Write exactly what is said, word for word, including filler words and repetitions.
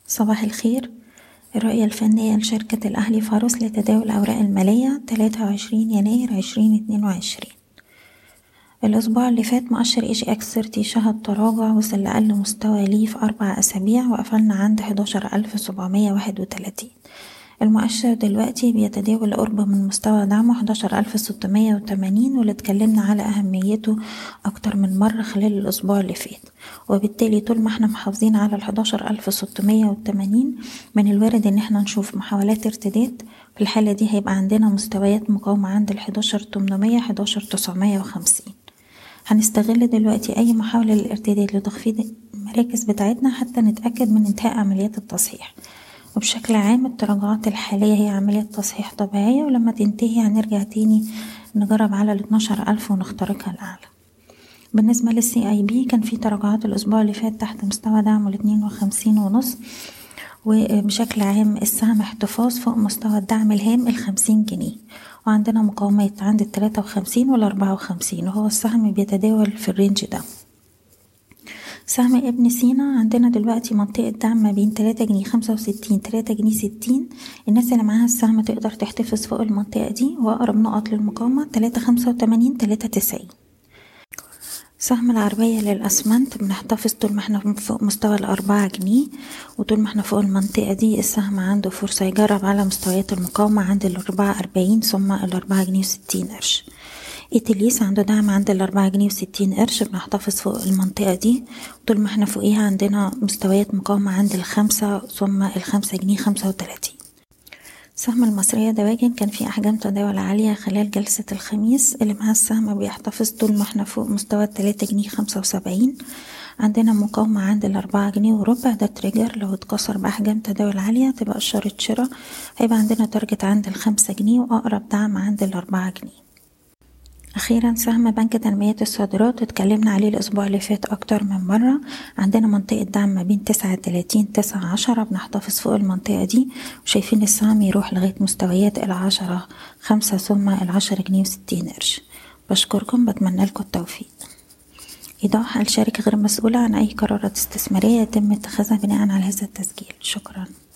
صباح الخير. الرؤية الفنية لشركة الأهلي فاروس لتداول الأوراق المالية تلاتة وعشرين يناير عشرين اتنين وعشرين. الأسبوع اللي فات مؤشر إي جي إكس ثلاثين شهد تراجع، وصل لأقل مستوى ليه في أربع أسابيع وقفلنا عند حداشر ألف سبعمية واحد وتلاتين. المؤشر دلوقتي بيتداول قرب من مستوى دعمه حداشر ألف ستمية وتمانين، واللي اتكلمنا على أهميته أكتر من مرة خلال الأسبوع اللي فات، وبالتالي طول ما احنا محافظين على الحداشر ألف ستمية وتمانين من الوارد ان احنا نشوف محاولات ارتداد. في الحالة دي هيبقى عندنا مستويات مقاومة عند الحداشر تمنمية حداشر تسعمية وخمسين. هنستغل دلوقتي أي محاولة للارتداد لتخفيض المراكز بتاعتنا حتى نتأكد من انتهاء عمليات التصحيح. وبشكل عام التراجعات الحالية هي عمليات تصحيح طبيعية، ولما تنتهي هنرجع تاني نجرب على الاتناشر ألف ونخترقها الأعلى. بالنسبة للسي اي بي كان في تراجعات الأسبوع اللي فات تحت مستوى دعمه الاتنين وخمسين ونص، وبشكل عام السهم احتفاظ فوق مستوى الدعم الهام الخمسين جنيه، وعندنا مقاومات عند التلاتة وخمسين والأربعة وخمسين، وهو السهم بيتداول في الرينج ده. سهم ابن سينا عندنا دلوقتي منطقة دعم ما بين تلاتة جنيه خمسة وستين تلاتة جنيه ستين. الناس اللي معاها السهم تقدر تحتفظ فوق المنطقة دي، وأقرب نقط للمقاومة تلاتة خمسة وتمانين تلاتة تسعين. سهم العربية للأسمنت بنحتفظ طول ما احنا فوق مستوى الأربعة جنيه، وطول ما احنا فوق المنطقة دي السهم عنده فرصة يجرب على مستويات المقاومة عند الأربعة أربعين ثم الأربعة جنيه وستين قرش. إتليس عنده دعم عند الأربعة جنيه وستين قرش، بنحتفظ فوق المنطقة دي، طول ما احنا فوقيها عندنا مستويات مقاومة عند الخمسة ثم الخمسة جنيه خمسة وتلاتين. سهم المصرية دواجن كان في أحجام تداول عالية خلال جلسة الخميس، اللي معاه السهم بيحتفظ طول ما احنا فوق مستوى التلاتة جنيه خمسة وسبعين. عندنا مقاومة عند الأربعة جنيه وربع، ده تريجر لو اتكسر بأحجام تداول عالية تبقى إشارة شراء. هيبقى عندنا تارجت عند الخمسة جنيه وأقرب دعم عند الأربعة جنيه. أخيرا سهم بنك تنمية الصادرات اتكلمنا عليه الأسبوع اللي فات أكتر من مرة. عندنا منطقة دعم ما بين تسعة تلاتين تسعة عشرة، بنحتفظ فوق المنطقة دي، وشايفين السهم يروح لغاية مستويات العشرة خمسة ثم العشرة جنيه وستين قرش. بشكركم، بتمنى لكم التوفيق. إيضاح: الشركة غير مسؤولة عن أي قرارات استثمارية يتم اتخاذها بناء على هذا التسجيل. شكرا.